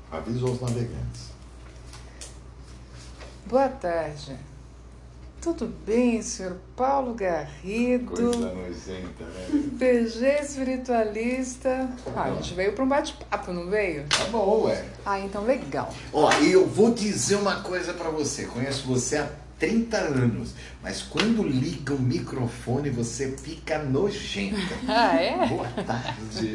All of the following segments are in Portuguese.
Aviso aos navegantes. Boa tarde. Tudo bem, senhor Paulo Garrido? Coisa nojenta, né? PG espiritualista. A gente veio para um bate-papo, não veio? Tá bom, ué. Então legal. Ó, e eu vou dizer uma coisa pra você. Conheço você há 30 anos, mas quando liga o microfone você fica nojenta. É? Boa tarde.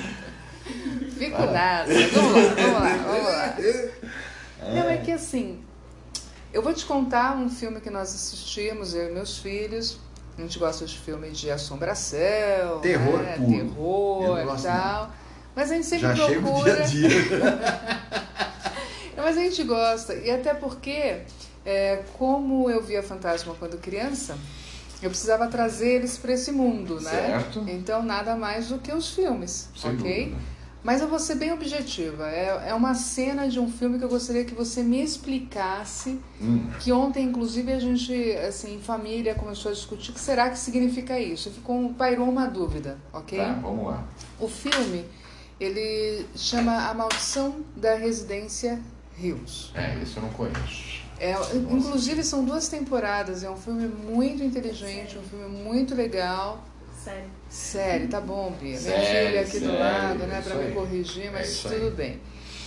Fico nada. Vamos lá. Não, é que assim, eu vou te contar um filme que nós assistimos, eu e meus filhos. A gente gosta de filmes de assombração, Terror né? puro. Terror e tal. Mas a gente sempre Já procura. chega o dia a dia. Mas a gente gosta. E até porque, como eu via fantasma quando criança, eu precisava trazer eles para esse mundo, né? Certo. Então nada mais do que os filmes, Sem ok? dúvida. Mas eu vou ser bem objetiva. É uma cena de um filme que eu gostaria que você me explicasse. Que ontem, inclusive, a gente, assim, em família, começou a discutir o que será que significa isso. Pairou uma dúvida, ok? Tá, vamos lá. O filme, ele chama A Maldição da Residência Hills. Isso eu não conheço. Inclusive, são 2 temporadas. É um filme muito inteligente, um filme muito legal. Série, tá bom, Bia. Minha filha aqui do lado, né, pra me corrigir, mas tudo bem.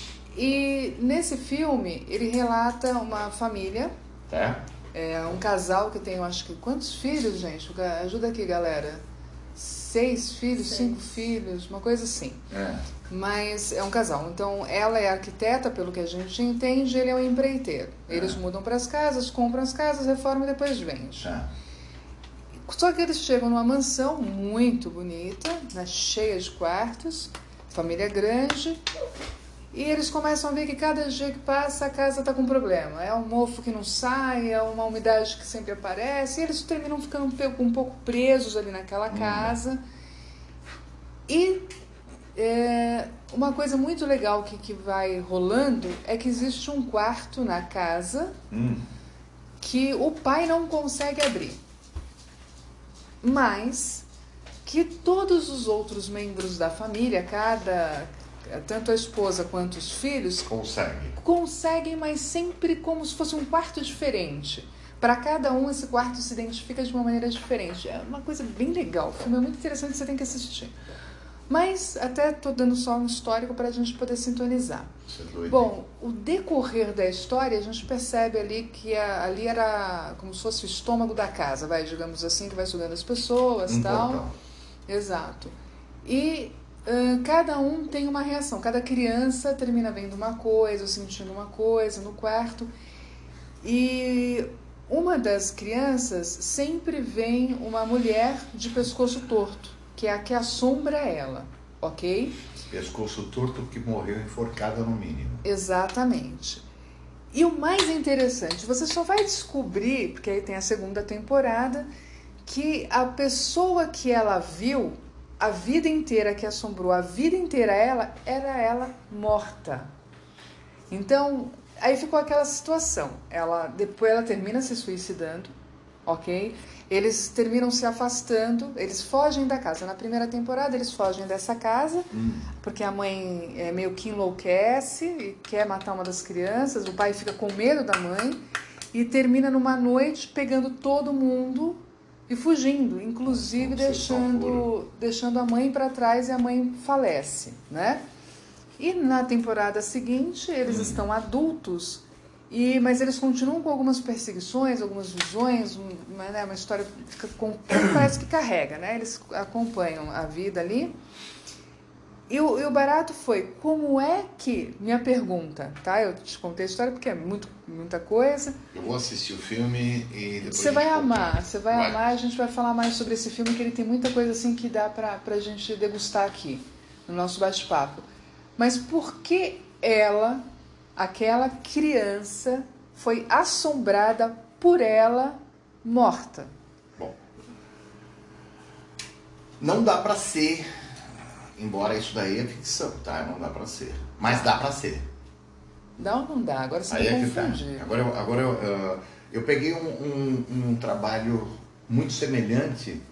E nesse filme, ele relata uma família, um casal que tem, eu acho que, quantos filhos, gente? Ajuda aqui, galera. 6 filhos, 5 filhos, uma coisa assim. Mas é um casal. Então, ela é arquiteta, pelo que a gente entende, ele é um empreiteiro. Eles mudam para as casas, compram as casas, reformam e depois vendem. Só que eles chegam numa mansão muito bonita, né, cheia de quartos, família grande, e eles começam a ver que cada dia que passa a casa está com problema. É um mofo que não sai, é uma umidade que sempre aparece, e eles terminam ficando um pouco presos ali naquela casa. E uma coisa muito legal que vai rolando é que existe um quarto na casa que o pai não consegue abrir. Mas que todos os outros membros da família, tanto a esposa quanto os filhos, conseguem, mas sempre como se fosse um quarto diferente. Para cada um, esse quarto se identifica de uma maneira diferente. É uma coisa bem legal. O filme é muito interessante, você tem que assistir. Mas até estou dando só um histórico para a gente poder sintonizar. Bom, o decorrer da história, a gente percebe ali que ali era como se fosse o estômago da casa, digamos assim, que vai sugando as pessoas e tal. Exato. E cada um tem uma reação. Cada criança termina vendo uma coisa, ou sentindo uma coisa no quarto. E uma das crianças sempre vê uma mulher de pescoço torto, que é a que assombra ela, ok? Pescoço torto que morreu enforcada no mínimo. Exatamente. E o mais interessante, você só vai descobrir, porque aí tem a 2ª temporada, que a pessoa que ela viu a vida inteira, que assombrou a vida inteira ela, era ela morta. Então, aí ficou aquela situação. Depois ela termina se suicidando, ok? Eles terminam se afastando, eles fogem da casa. Na primeira temporada, eles fogem dessa casa, porque a mãe meio que enlouquece e quer matar uma das crianças. O pai fica com medo da mãe e termina numa noite pegando todo mundo e fugindo, inclusive deixando a mãe para trás, e a mãe falece, né? E na temporada seguinte, eles estão adultos, mas eles continuam com algumas perseguições, algumas visões, uma história que parece que carrega, né? Eles acompanham a vida ali. E o barato foi, como é que, minha pergunta, tá? Eu te contei a história porque é muita coisa. Eu vou assistir o filme e depois você vai amar, a gente vai falar mais sobre esse filme, que ele tem muita coisa assim que dá pra gente degustar aqui, no nosso bate-papo. Mas por que ela, aquela criança, foi assombrada por ela morta? Bom, não dá pra ser, embora isso daí é ficção, tá? Não dá pra ser. Mas dá pra ser. Dá ou não dá? Agora você me confunde. Agora eu peguei um trabalho muito semelhante,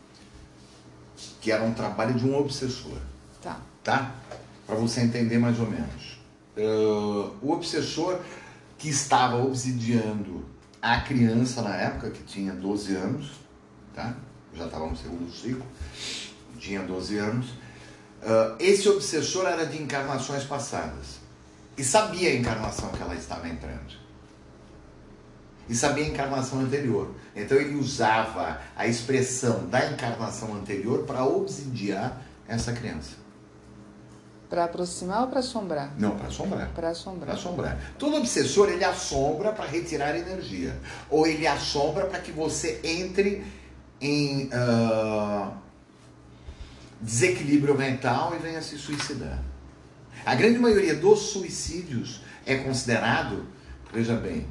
que era um trabalho de um obsessor. Tá? Para você entender mais ou menos. o obsessor que estava obsidiando a criança na época, que tinha 12 anos, tá? Já estava no segundo ciclo, tinha 12 anos. Esse obsessor era de encarnações passadas e sabia a encarnação que ela estava entrando e sabia a encarnação anterior. Então ele usava a expressão da encarnação anterior para obsidiar essa criança. Para aproximar ou para assombrar? Não, para assombrar. Para assombrar. Para assombrar. Todo obsessor, ele assombra para retirar energia. Ou ele assombra para que você entre em desequilíbrio mental e venha se suicidar. A grande maioria dos suicídios é considerado, veja bem,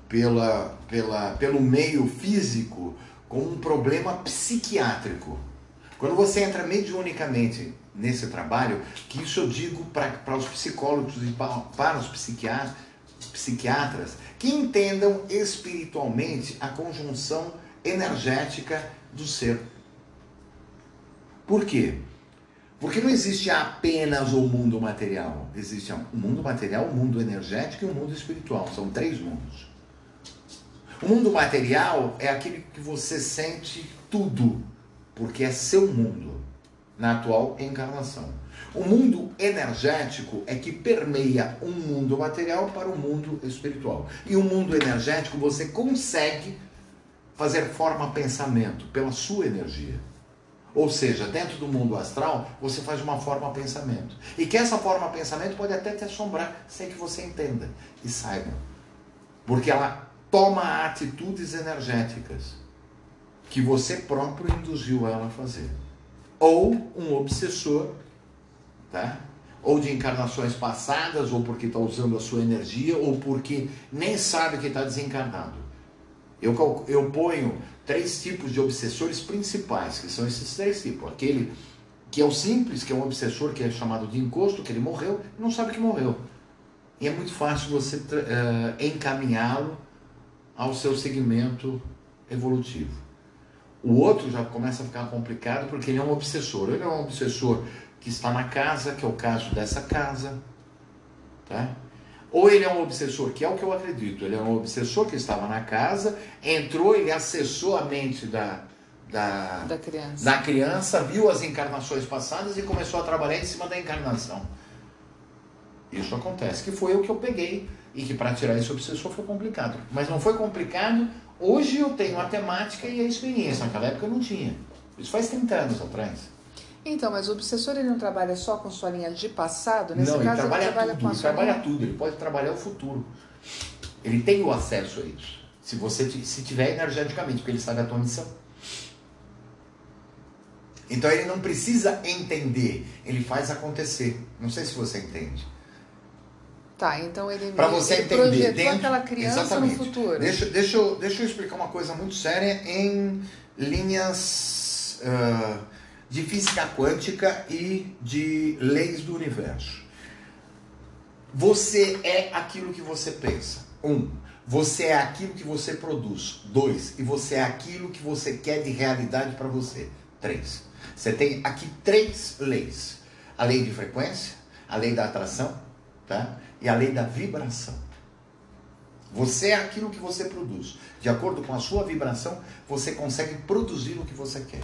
pelo meio físico como um problema psiquiátrico. Quando você entra mediunicamente nesse trabalho, que isso eu digo para os psicólogos e para os psiquiatras, que entendam espiritualmente a conjunção energética do ser. Por quê? Porque não existe apenas o mundo material. Existe o mundo material, o mundo energético e o mundo espiritual. São 3 mundos. O mundo material é aquele que você sente tudo, porque é seu mundo na atual encarnação. O mundo energético é que permeia um mundo material para o mundo espiritual. E o mundo energético você consegue fazer forma pensamento pela sua energia. Ou seja, dentro do mundo astral, você faz uma forma pensamento. E que essa forma pensamento pode até te assombrar, sem que você entenda e saiba. Porque ela toma atitudes energéticas que você próprio induziu ela a fazer. Ou um obsessor, tá? Ou de encarnações passadas, ou porque está usando a sua energia, ou porque nem sabe que está desencarnado. Eu ponho 3 tipos de obsessores principais, que são esses 3 tipos. Aquele que é o simples, que é um obsessor que é chamado de encosto, que ele morreu e não sabe que morreu. E é muito fácil você encaminhá-lo ao seu segmento evolutivo. O outro já começa a ficar complicado porque ele é um obsessor. Ele é um obsessor que está na casa, que é o caso dessa casa, tá? Ou ele é um obsessor, que é o que eu acredito, ele é um obsessor que estava na casa, entrou, ele acessou a mente da criança, viu as encarnações passadas e começou a trabalhar em cima da encarnação. Isso acontece, que foi o que eu peguei, e que para tirar esse obsessor foi complicado. Mas não foi complicado, hoje eu tenho a temática e a experiência, naquela época eu não tinha. Isso faz 30 anos atrás. Então, mas o obsessor ele não trabalha só com sua linha de passado? Nesse caso, ele trabalha tudo, ele trabalha tudo, ele pode trabalhar o futuro. Ele tem o acesso a isso, se tiver energeticamente, porque ele sabe a tua missão. Então ele não precisa entender, ele faz acontecer. Não sei se você entende. Tá, então ele projetou dentro, aquela criança exatamente. No futuro. Deixa eu explicar uma coisa muito séria em linhas de física quântica e de leis do universo. Você é aquilo que você pensa. 1. Você é aquilo que você produz. 2. E você é aquilo que você quer de realidade para você. 3. Você tem aqui 3 leis. A lei de frequência, a lei da atração, tá? E a lei da vibração. Você é aquilo que você produz. De acordo com a sua vibração, você consegue produzir o que você quer.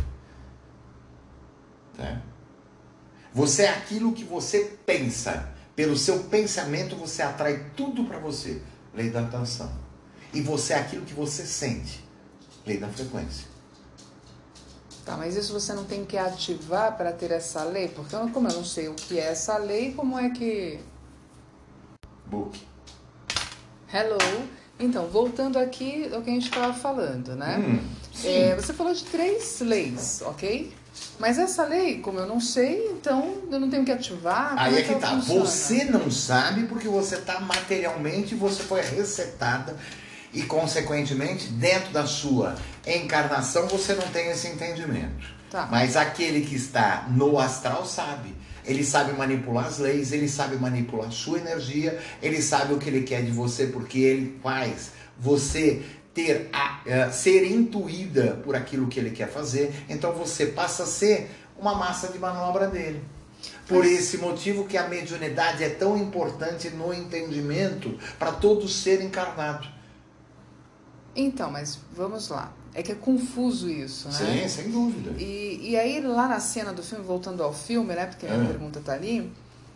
Tá? Você é aquilo que você pensa. Pelo seu pensamento, você atrai tudo para você. Lei da atração. E você é aquilo que você sente. Lei da frequência. Tá, mas isso você não tem que ativar para ter essa lei? Porque como eu não sei o que é essa lei, como é que... Book. Hello. Então, voltando aqui ao que a gente estava falando, né? Você falou de 3 leis, ok? Mas essa lei, como eu não sei, então eu não tenho que ativar. Aí é que tá. Funciona? Você não sabe porque você tá materialmente, você foi resetada e, consequentemente, dentro da sua encarnação, você não tem esse entendimento. Tá. Mas aquele que está no astral sabe. Ele sabe manipular as leis, ele sabe manipular a sua energia, ele sabe o que ele quer de você, porque ele faz você ser intuída por aquilo que ele quer fazer. Então você passa a ser uma massa de manobra dele. Por esse motivo que a mediunidade é tão importante no entendimento para todo ser encarnado. Então, mas vamos lá. É que é confuso isso, né? Sim, sem dúvida. E aí, lá na cena do filme, voltando ao filme, né? Porque a minha pergunta tá ali.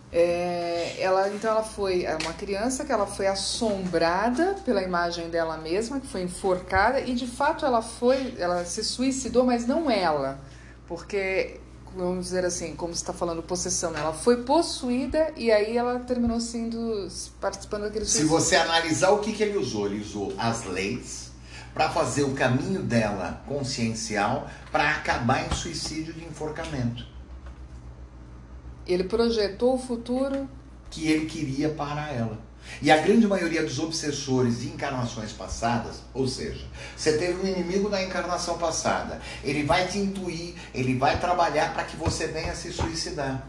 Ela foi uma criança que ela foi assombrada pela imagem dela mesma, que foi enforcada, e de fato ela se suicidou, mas não ela. Porque, vamos dizer assim, como você está falando, possessão, ela foi possuída e aí ela terminou participando daquele suicídio. Se você analisar o que ele usou as leis para fazer o caminho dela consciencial para acabar em suicídio de enforcamento. Ele projetou o futuro que ele queria para ela. E a grande maioria dos obsessores de encarnações passadas, ou seja, você teve um inimigo da encarnação passada, ele vai te intuir, ele vai trabalhar para que você venha se suicidar.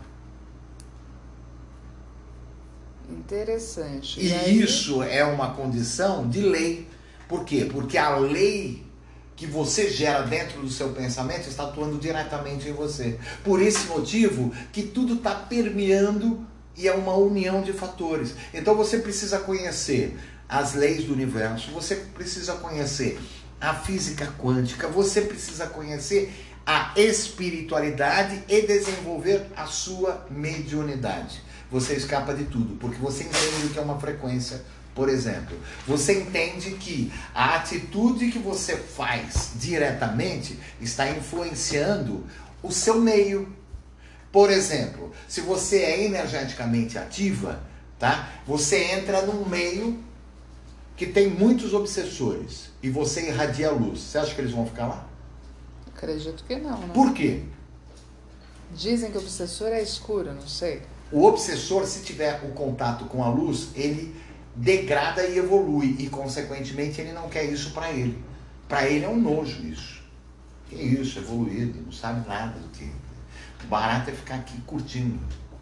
Interessante. E aí... isso é uma condição de lei. Por quê? Porque a lei que você gera dentro do seu pensamento está atuando diretamente em você. Por esse motivo que tudo está permeando e é uma união de fatores. Então você precisa conhecer as leis do universo, você precisa conhecer a física quântica, você precisa conhecer a espiritualidade e desenvolver a sua mediunidade. Você escapa de tudo, porque você entende o que é uma frequência. Por exemplo, você entende que a atitude que você faz diretamente está influenciando o seu meio. Por exemplo, se você é energeticamente ativa, tá? Você entra num meio que tem muitos obsessores e você irradia a luz. Você acha que eles vão ficar lá? Acredito que não, né? Por quê? Dizem que o obsessor é escuro, não sei. O obsessor, se tiver o contato com a luz, ele degrada e evolui, e consequentemente ele não quer isso para ele. Para ele é um nojo isso. Que isso, evoluído, não sabe nada do que. O barato é ficar aqui curtindo.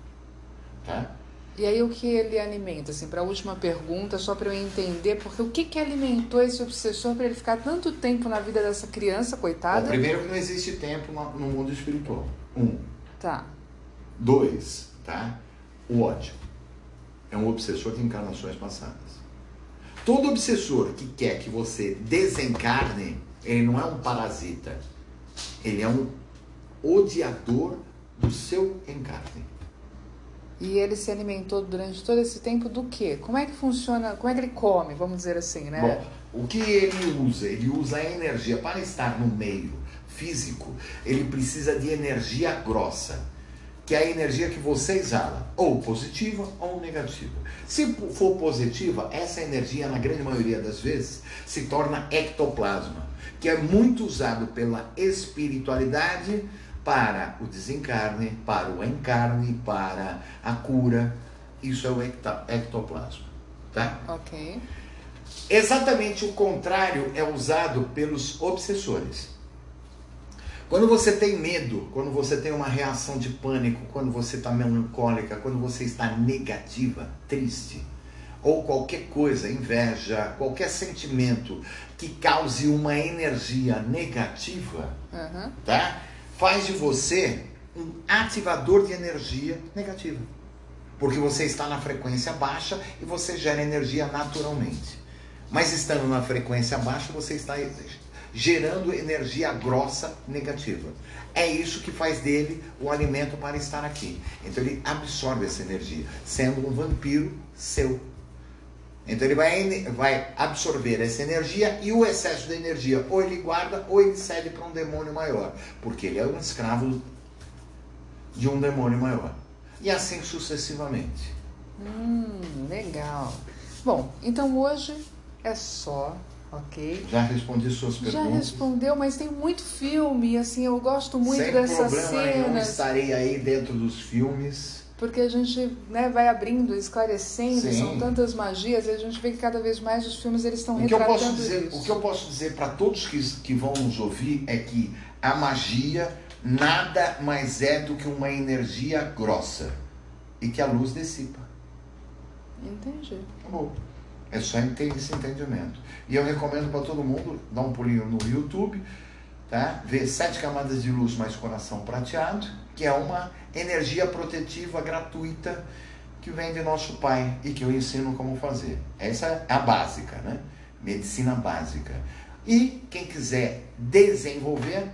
Tá? E aí o que ele alimenta? Assim, para a última pergunta, só para eu entender, porque o que alimentou esse obsessor para ele ficar tanto tempo na vida dessa criança, coitada? Bom, primeiro que não existe tempo no mundo espiritual. 1. Tá. 2, tá? O ódio. É um obsessor de encarnações passadas. Todo obsessor que quer que você desencarne, ele não é um parasita. Ele é um odiador do seu encarne. E ele se alimentou durante todo esse tempo do quê? Como é que funciona, como é que ele come, vamos dizer assim, né? Bom, o que ele usa? Ele usa a energia. Para estar no meio físico, ele precisa de energia grossa, que é a energia que você exala, ou positiva ou negativa. Se for positiva, essa energia, na grande maioria das vezes, se torna ectoplasma, que é muito usado pela espiritualidade para o desencarne, para o encarne, para a cura. Isso é o ectoplasma, tá? Ok. Exatamente o contrário é usado pelos obsessores. Quando você tem medo, quando você tem uma reação de pânico, quando você está melancólica, quando você está negativa, triste, ou qualquer coisa, inveja, qualquer sentimento que cause uma energia negativa, tá? Faz de você um ativador de energia negativa. Porque você está na frequência baixa e você gera energia naturalmente. Mas estando na frequência baixa, você está gerando energia grossa negativa. É isso que faz dele o alimento para estar aqui. Então ele absorve essa energia, sendo um vampiro seu. Então ele vai absorver essa energia e o excesso de energia ou ele guarda ou ele cede para um demônio maior. Porque ele é um escravo de um demônio maior. E assim sucessivamente. Legal. Bom, então hoje é só... Ok. Já respondi suas perguntas? Já respondeu, mas tem muito filme, assim, eu gosto muito sem dessas cenas. Sem problema nenhum, estarei aí dentro dos filmes. Porque a gente, né, vai abrindo, esclarecendo, Sim. São tantas magias, e a gente vê que cada vez mais os filmes eles estão retratando isso. O que eu posso dizer para todos que vão nos ouvir é que a magia nada mais é do que uma energia grossa e que a luz dissipa. Entendi. Acabou. É só ter esse entendimento. E eu recomendo para todo mundo dar um pulinho no YouTube, tá? Vê 7 camadas de luz mais coração prateado, que é uma energia protetiva gratuita que vem de nosso pai e que eu ensino como fazer. Essa é a básica, né? Medicina básica. E quem quiser desenvolver,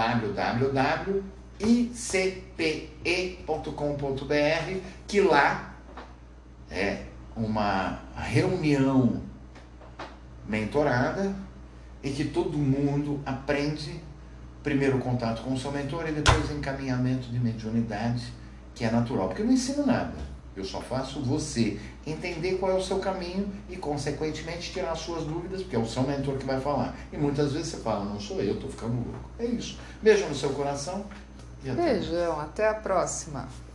www.icpe.com.br, que lá é uma reunião mentorada e que todo mundo aprende primeiro contato com o seu mentor e depois encaminhamento de mediunidade, que é natural, porque eu não ensino nada, eu só faço você entender qual é o seu caminho e consequentemente tirar as suas dúvidas, porque é o seu mentor que vai falar, e muitas vezes você fala, não sou eu, tô ficando louco. É isso, beijo no seu coração e até Beijão, até a próxima.